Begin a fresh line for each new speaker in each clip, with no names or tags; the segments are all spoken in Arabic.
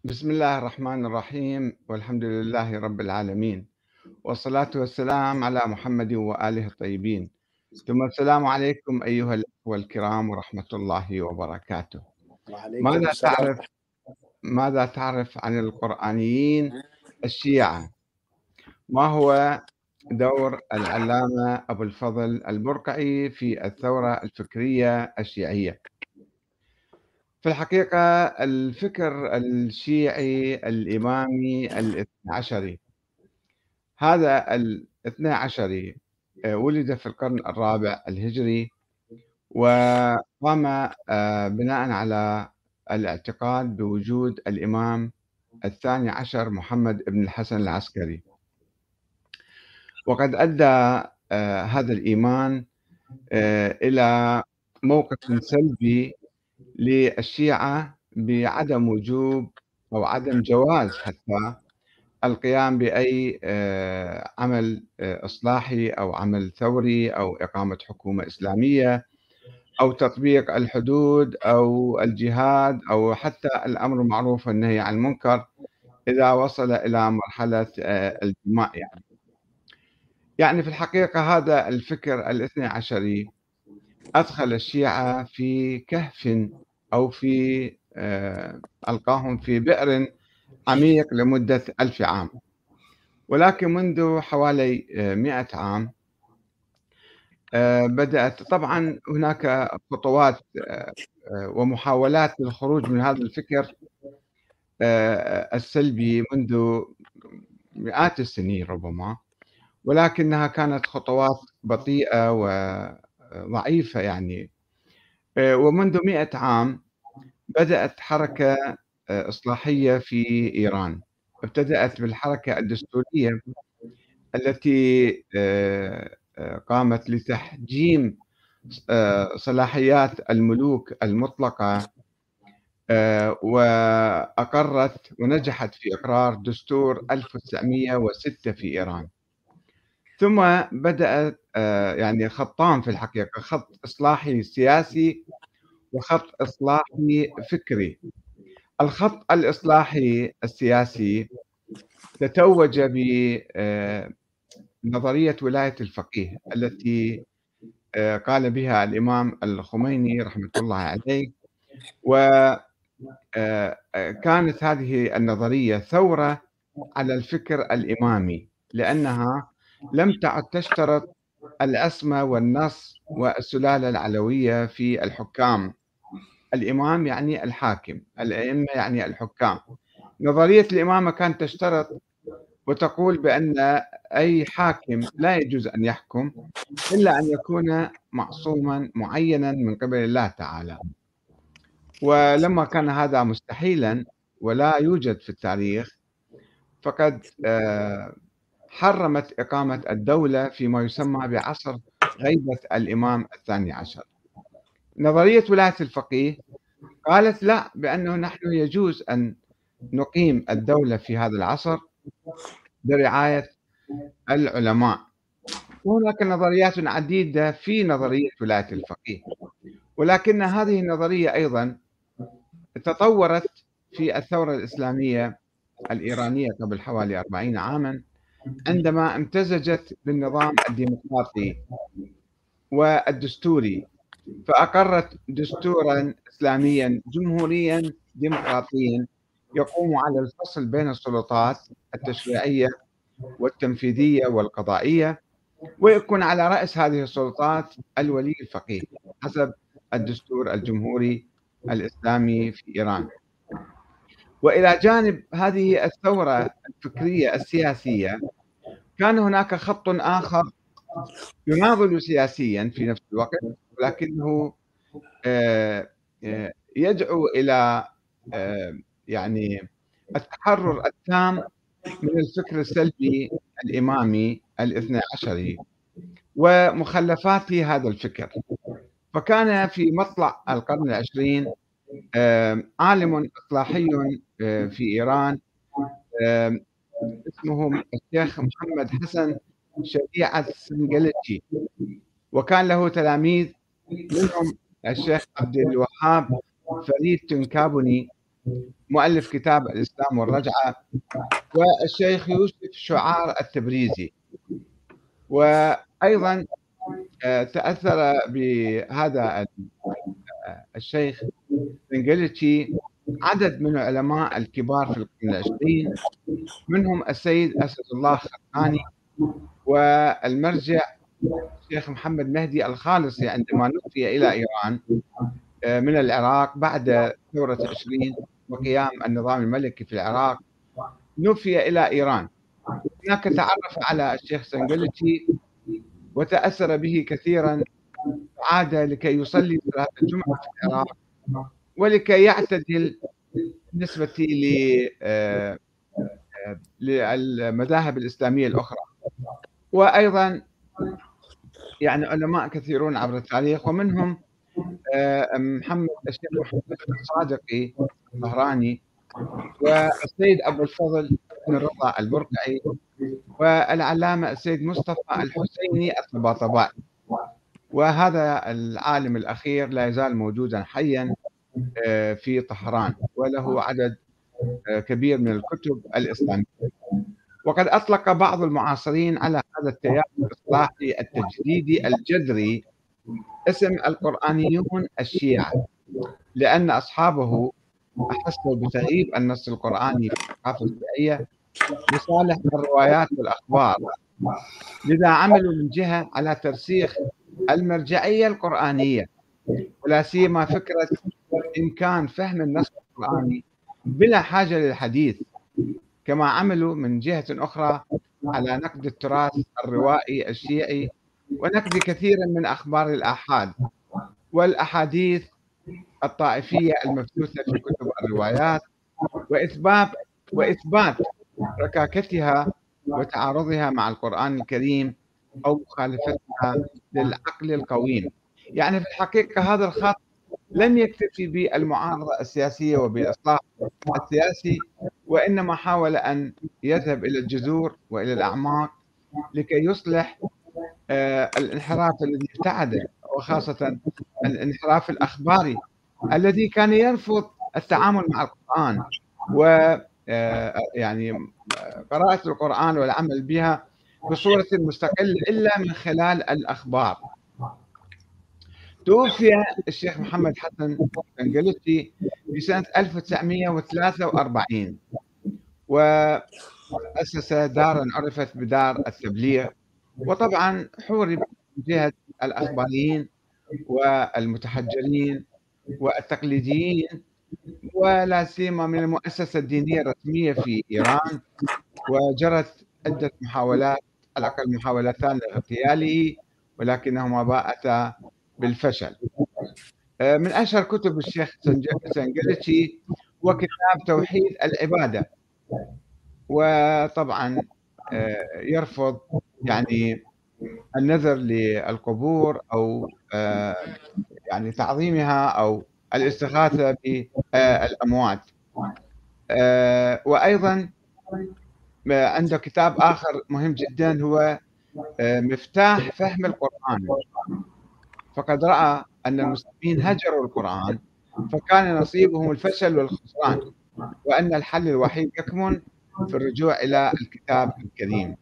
بسم الله الرحمن الرحيم والحمد لله رب العالمين والصلاة والسلام على محمد وآله الطيبين ثم السلام عليكم أيها الأخوة الكرام ورحمة الله وبركاته.
وعليكم
ماذا
السلام.
تعرف ماذا تعرف عن القرآنيين الشيعة؟ ما هو دور العلامة أبو الفضل البرقعي في الثورة الفكرية الشيعية؟ في الحقيقة الفكر الشيعي الإمامي الاثنى عشري، هذا الاثنى عشري ولد في القرن الرابع الهجري، وقام بناء على الاعتقاد بوجود الإمام الثاني عشر محمد بن الحسن العسكري. وقد أدى هذا الإيمان إلى موقف سلبي للشيعة بعدم وجوب أو عدم جواز حتى القيام بأي عمل إصلاحي أو عمل ثوري أو إقامة حكومة إسلامية أو تطبيق الحدود أو الجهاد أو حتى الأمر بالمعروف والنهي عن المنكر إذا وصل إلى مرحلة الدماء. يعني في الحقيقة هذا الفكر الاثني عشري أدخل الشيعة في كهف أو في ألقاهم في بئر عميق لمدة 1000 عام. ولكن منذ حوالي 100 عام بدأت طبعا هناك خطوات ومحاولات للخروج من هذا الفكر السلبي منذ مئات السنين ربما، ولكنها كانت خطوات بطيئة وضعيفة يعني. ومنذ 100 عام بدأت حركة إصلاحية في إيران، ابتدأت بالحركة الدستورية التي قامت لتحجيم صلاحيات الملوك المطلقة، وأقرت ونجحت في إقرار دستور 1906 في إيران. ثم بدأت يعني خطان في الحقيقة، خط إصلاحي سياسي وخط إصلاحي فكري. الخط الإصلاحي السياسي تتوج بنظرية ولاية الفقيه التي قال بها الإمام الخميني رحمة الله عليه، وكانت هذه النظرية ثورة على الفكر الإمامي، لأنها لم تعد تشترط الأسمى والنص والسلالة العلوية في الحكام. الإمام يعني الحاكم، الأئمة يعني الحكام. نظرية الإمامة كانت تشترط وتقول بأن أي حاكم لا يجوز أن يحكم إلا أن يكون معصوما معينا من قبل الله تعالى. ولما كان هذا مستحيلا ولا يوجد في التاريخ، فقد حرمت إقامة الدولة فيما يسمى بعصر غيبة الإمام الثاني عشر. نظرية ولاية الفقيه قالت لا، بأنه نحن يجوز أن نقيم الدولة في هذا العصر برعاية العلماء. وهناك نظريات عديدة في نظرية ولاية الفقيه، ولكن هذه النظرية أيضا تطورت في الثورة الإسلامية الإيرانية قبل حوالي 40 عاما، عندما امتزجت بالنظام الديمقراطي والدستوري، فأقرت دستورا إسلاميا جمهوريا ديمقراطيا يقوم على الفصل بين السلطات التشريعية والتنفيذية والقضائية، ويكون على رأس هذه السلطات الولي الفقيه حسب الدستور الجمهوري الإسلامي في إيران. وإلى جانب هذه الثورة الفكرية السياسية، كان هناك خط آخر يناضل سياسيا في نفس الوقت، ولكنه يدعو إلى يعني التحرر التام من الفكر السلبي الإمامي الاثني عشري ومخلفات هذا الفكر. فكان في مطلع القرن العشرين عالم إصلاحي في إيران اسمه الشيخ محمد حسن شريعة السنجلجي، وكان له تلاميذ منهم الشيخ عبد الوهاب فريد تنكابني مؤلف كتاب الإسلام والرجعة، والشيخ يوسف شعار التبريزي. وأيضا تأثر بهذا الشيخ الإنجليزي عدد من العلماء الكبار في القرن العشرين، منهم السيد أسد الله خرقاني، والمرجع الشيخ محمد مهدي الخالصي عندما نفي إلى إيران من العراق بعد ثورة 20 وقيام النظام الملكي في العراق، نفي إلى إيران. هناك تعرف على الشيخ سنجلتي وتأثر به كثيرا، عاد لكي يصلي صلاة الجمعة في العراق ولكي يعتدل بالنسبة للمذاهب الإسلامية الأخرى. وأيضا يعني علماء كثيرون عبر التاريخ، ومنهم الشيخ محمد الصادقي الطهراني، والسيد أبو الفضل بن رضا البرقعي، والعلامة السيد مصطفى الحسيني الطباطبائي. وهذا العالم الأخير لا يزال موجودا حيا في طهران، وله عدد كبير من الكتب الإسلامية. وقد أطلق بعض المعاصرين على هذا التيار الإصلاحي التجديدي الجذري اسم القرآنيون الشيعة، لأن أصحابه أحسوا بتغييب النص القرآني في الثقافة الشيعية لصالح الروايات والأخبار، لذا عملوا من جهة على ترسيخ المرجعية القرآنية، ولا سيما فكرة إمكان فهم النص القرآني بلا حاجة للحديث، كما عملوا من جهة أخرى على نقد التراث الروائي الشيعي ونقد كثير من أخبار الآحاد والأحاديث الطائفية المبثوثة في كتب الروايات، وإثبات ركاكتها وتعارضها مع القرآن الكريم أو مخالفتها للعقل القويم. يعني في الحقيقة هذا الخط لم يكتفي بالمعارضة السياسية وبالإصلاح السياسي، وإنما حاول أن يذهب إلى الجذور وإلى الأعماق لكي يصلح الانحراف الذي ابتعد، وخاصة الانحراف الأخباري الذي كان يرفض التعامل مع القرآن و يعني قراءة القرآن والعمل بها بصورة مستقلة إلا من خلال الأخبار. توفي الشيخ محمد حسن البنغلتي بسنة 1943، وأسس دارا عرفت بدار التبليغ، وطبعا حورب من جهة الأخباريين والمتحجرين والتقليديين، ولا سيما من المؤسسة الدينية الرسمية في إيران، وجرت عدة محاولات، على الأقل محاولتان لاغتياله، ولكنهما باءتا بالفشل. من أشهر كتب الشيخ سنجلتشي هو كتاب توحيد العبادة، وطبعا يرفض يعني النذر للقبور أو يعني تعظيمها أو الاستغاثة بالأموات. وأيضا عنده كتاب آخر مهم جدا هو مفتاح فهم القرآن، فقد رأى أن المسلمين هجروا القرآن فكان نصيبهم الفشل والخسران، وأن الحل الوحيد يكمن في الرجوع إلى الكتاب الكريم.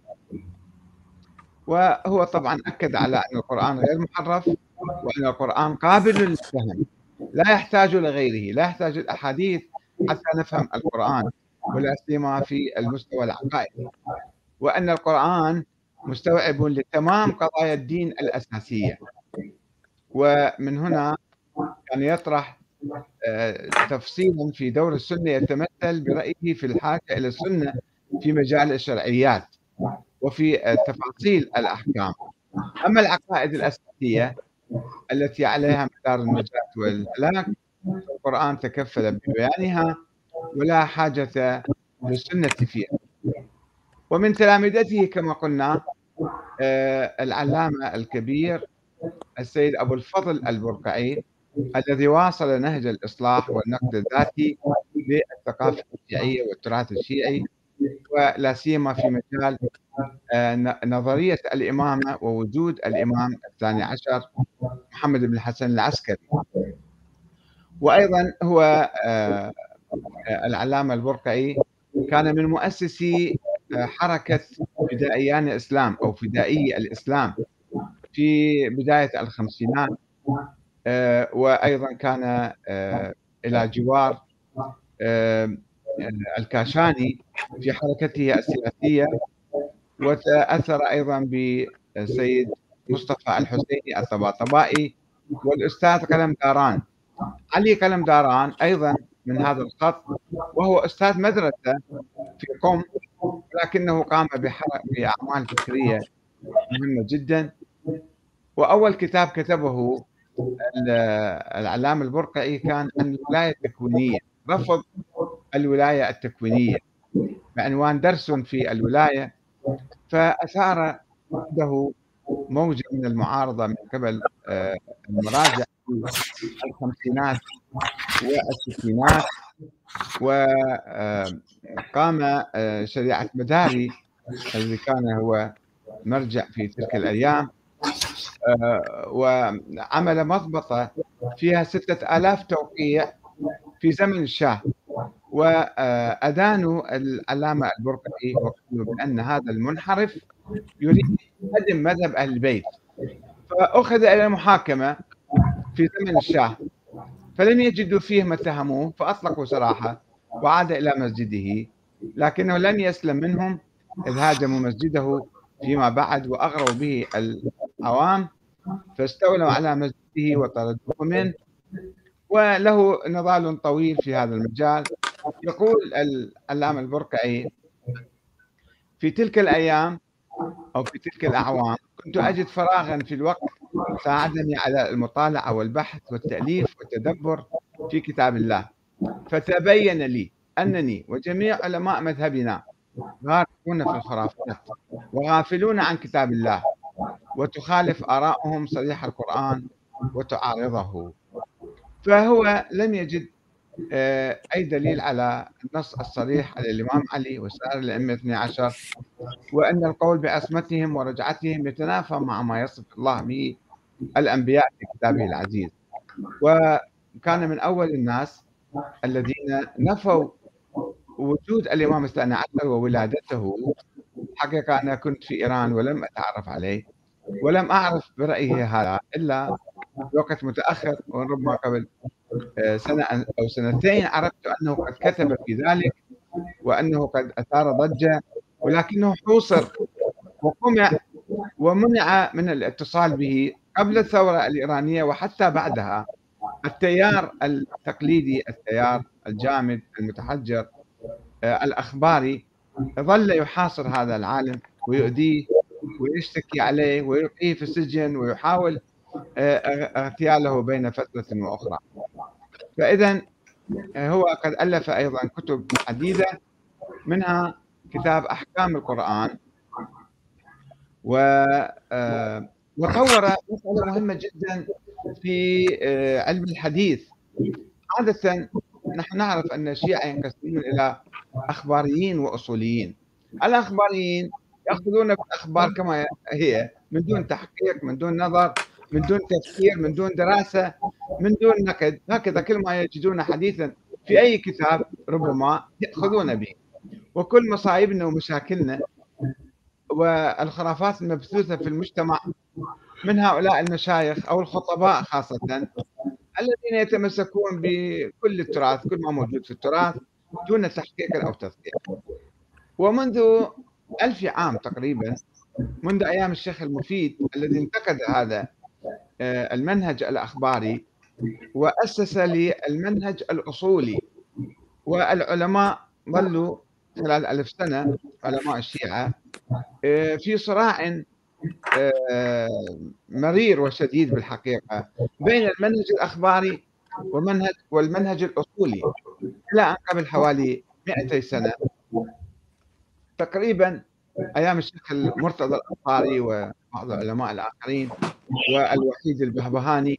وهو طبعا أكد على أن القرآن غير محرف، وأن القرآن قابل للفهم، لا يحتاج لغيره، لا يحتاج الأحاديث حتى نفهم القرآن، ولا سيما في المستوى العقائدي، وأن القرآن مستوعب لتمام قضايا الدين الأساسية. ومن هنا كان يطرح تفصيلا في دور السنة يتمثل برأيه في الحاجة إلى السنة في مجال الشرعيات وفي تفاصيل الأحكام. أما العقائد الأساسية التي عليها مدار النجاة والهلاك القرآن تكفل ببيانها ولا حاجة للسنة فيها. ومن تلامذته كما قلنا العلامة الكبير السيد أبو الفضل البرقعي، الذي واصل نهج الإصلاح والنقد الذاتي للثقافة الشيعية والتراث الشيعي، ولا سيما في مجال نظرية الإمامة ووجود الإمام الثاني عشر محمد بن الحسن العسكري. وأيضا هو العلامة البرقعي كان من مؤسسي حركة فدائيان الإسلام أو فدائي الإسلام في بداية الخمسينات. وأيضًا كان إلى جوار آآ الكاشاني في حركته السياسية، وتأثّر أيضًا بالسيد مصطفى الحسيني الطباطبائي والأستاذ قلمداران. علي قلمداران أيضًا من هذا الخط، وهو أستاذ مدرسة في قُم، ولكنه قام بأعمال فكرية مهمة جدًا. وأول كتاب كتبه ال العلامة البرقعي كان عن الولاية التكوينية، رفض الولاية التكوينية بعنوان درس في الولاية، فأثار عنده موجة من المعارضة من قبل المراجع في الخمسينات والستينات. وقام شريعة مداري الذي كان هو مرجع في تلك الأيام، وعمل مضبطة فيها 6000 توقيع في زمن الشاه، وأدانوا العلامة البرقعي وقالوا بأن هذا المنحرف يريد هدم مذهب أهل البيت، فأخذ إلى المحاكمة في زمن الشاه، فلم يجدوا فيه ما اتهموه فأطلقوا سراحه وعاد إلى مسجده، لكنه لم يسلم منهم، إذ هاجموا مسجده فيما بعد وأغروا به العوام، فاستولوا على مسجده وطردوه منه، وله نضال طويل في هذا المجال. يقول العلامة البرقعي: في تلك الأيام أو في تلك الأعوام كنت أجد فراغا في الوقت ساعدني على المطالعة والبحث والتأليف والتدبر في كتاب الله، فتبين لي أنني وجميع علماء مذهبنا غارقون في الخرافات وغافلون عن كتاب الله، وتخالف آراءهم صريح القرآن وتعارضه. فهو لم يجد أي دليل على النص الصريح على الإمام علي وسائر الأئمة 12، وأن القول بعصمتهم ورجعتهم يتنافى مع ما يصف الله به الأنبياء في كتابه العزيز. وكان من أول الناس الذين نفوا وجود الإمام الثاني عشر وولادته. حقيقة أنا كنت في إيران ولم أتعرف عليه، ولم أعرف برأيه هذا إلا وقت متأخر، وربما قبل سنة أو سنتين عرفت أنه قد كتب في ذلك، وأنه قد أثار ضجة، ولكنه حوصر وقمع ومنع من الاتصال به قبل الثورة الإيرانية وحتى بعدها. التيار التقليدي، التيار الجامد المتحجر الأخباري، ظل يحاصر هذا العالم ويؤذيه ويشتكي عليه ويلقيه في السجن ويحاول اغتياله بين فترة وأخرى. فإذا هو قد ألف أيضا كتب عديدة، منها كتاب أحكام القرآن، و وطوّر مسألة مهمة جدًا في علم الحديث. عادةً نحن نعرف أن الشيعة ينقسمون إلى أخباريين وأصوليين. الأخباريين يأخذون بالأخبار كما هي من دون تحقيق، من دون نظر، من دون تفكير، من دون دراسة، من دون نقد، هكذا كل ما يجدون حديثًا في أي كتاب ربما يأخذون به. وكل مصايبنا ومشاكلنا والخرافات المبثوثة في المجتمع من هؤلاء المشايخ أو الخطباء خاصةً، الذين يتمسكون بكل التراث، كل ما موجود في التراث دون تحقيق أو تدقيق. ومنذ 1000 عام تقريبًا، منذ أيام الشيخ المفيد الذي انتقد هذا المنهج الأخباري وأسس للمنهج الأصولي، والعلماء ظلوا خلال 1000 سنة، علماء الشيعة في صراع آآ مرير وشديد بالحقيقة بين المنهج الأخباري والمنهج الأصولي، إلى أن قبل حوالي 200 سنة تقريبًا، أيام الشيخ المرتضى الأنصاري وبعض العلماء الآخرين والوحيد البهبهاني،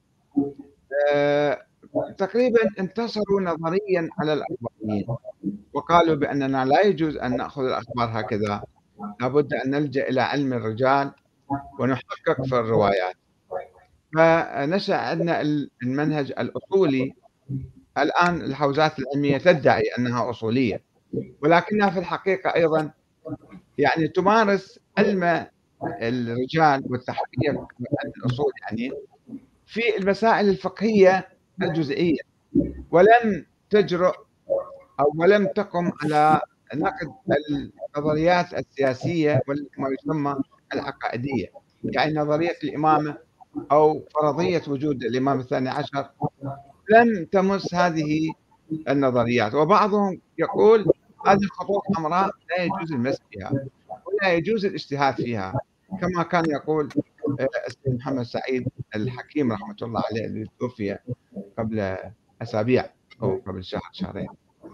آآ تقريبًا انتصروا نظريًا على الأخباريين، وقالوا بأننا لا يجوز أن نأخذ الأخبار هكذا، لابد أن نلجأ إلى علم الرجال ونحقق في الروايات. فنشأ عندنا المنهج الأصولي الآن الحوزات العلمية تدعي أنها أصولية، ولكنها في الحقيقة أيضًا يعني تمارس علم الرجال والتحقيق الأصول يعني في المسائل الفقهية الجزئية، ولم تجرؤ أو ولم تقم على نقد النظريات السياسية ما يسمى العقائدية، يعني نظرية الإمامة أو فرضية وجود الإمام الثاني عشر لم تمس هذه النظريات، وبعضهم يقول هذه خطوط حمراء لا يجوز المس بها ولا يجوز الاجتهاد فيها، كما كان يقول السيد محمد سعيد الحكيم رحمة الله عليه الذي توفي قبل أسابيع أو قبل شهر شهرين.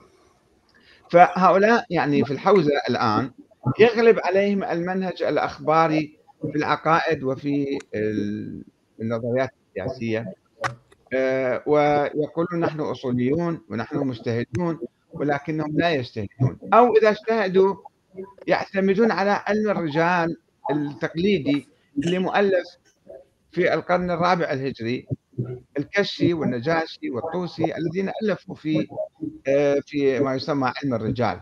فهؤلاء يعني في الحوزة الآن يغلب عليهم المنهج الأخباري في العقائد وفي النظريات السياسية، ويقولون نحن أصوليون ونحن مجتهدون، ولكنهم لا يجتهدون، أو إذا اجتهدوا يعتمدون على علم الرجال التقليدي اللي مؤلف في القرن الرابع الهجري، الكشي والنجاشي والطوسي الذين ألفوا في ما يسمى علم الرجال.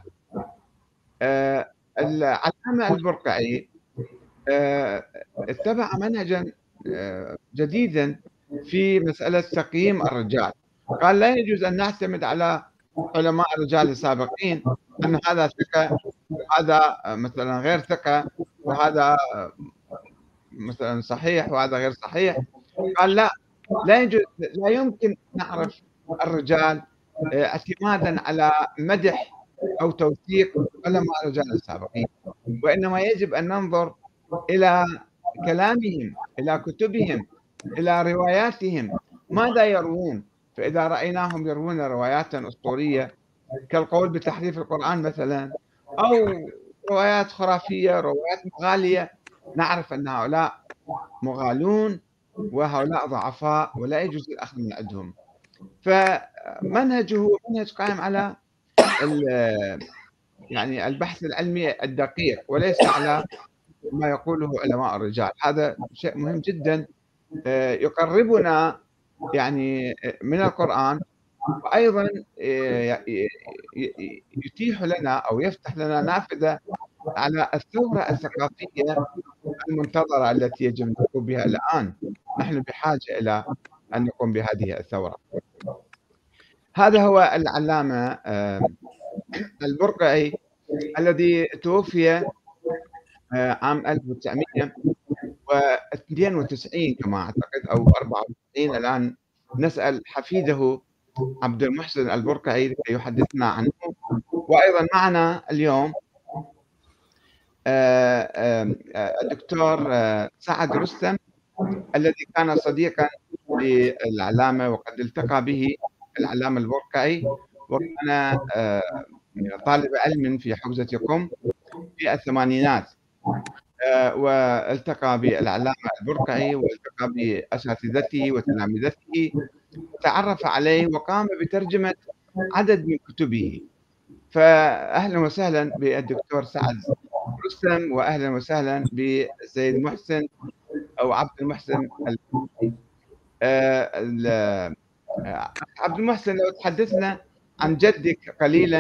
العلامة البرقعي آآ اتبع منهجًا جديدًا في مسألة تقييم الرجال، قال: "لا يجوز أن نعتمد على علماء الرجال السابقين أن هذا ثقة وهذا مثلًا غير ثقة، وهذا مثلًا صحيح وهذا غير صحيح." قال: "لأ، لا يمكن نعرف الرجال اعتمادًا على مدح أو توثيق علماء الرجال السابقين، وإنما يجب أن ننظر إلى كلامهم، إلى كتبهم، إلى رواياتهم، ماذا يروون؟ فإذا رأيناهم يروون رواياتًا أسطورية كالقول بتحريف القرآن مثلًا، أو روايات خرافية، روايات مغالية، نعرف أن هؤلاء مغالون وهؤلاء ضعفاء ولا يجوز الأخذ من عندهم." فمنهجه منهج قائم على ال يعني البحث العلمي الدقيق وليس على ما يقوله علماء الرجال، هذا شيء مهم جدًا يقربنا يعني من القرآن، وأيضًا ي ي يتيح لنا أو يفتح لنا نافذة على الثورة الثقافية المنتظرة التي يجب نقوم بها الآن، نحن بحاجة إلى أن نقوم بهذه الثورة. هذا هو العلامة البرقعي الذي توفي عام 1992 كما أعتقد أو 94. الآن نسأل حفيده عبد المحسن البرقعي لكي يحدثنا عنه. وأيضًا معنا اليوم الدكتور سعد رستم الذي كان صديقًا للعلامة وقد التقى به العلامة البرقعي، وكان طالب علم في حوزة قم في الثمانينات. والتقى بالعلامة البرقعي والتقى بأساتذته وتلامذته وتعرف عليه وقام بترجمة عدد من كتبه. فأهلا وسهلا بالدكتور سعد رستم، وأهلا وسهلا بالسيد محسن أو عبد المحسن آه، ال- عبد المحسن، لو تحدثنا عن جدك قليلا.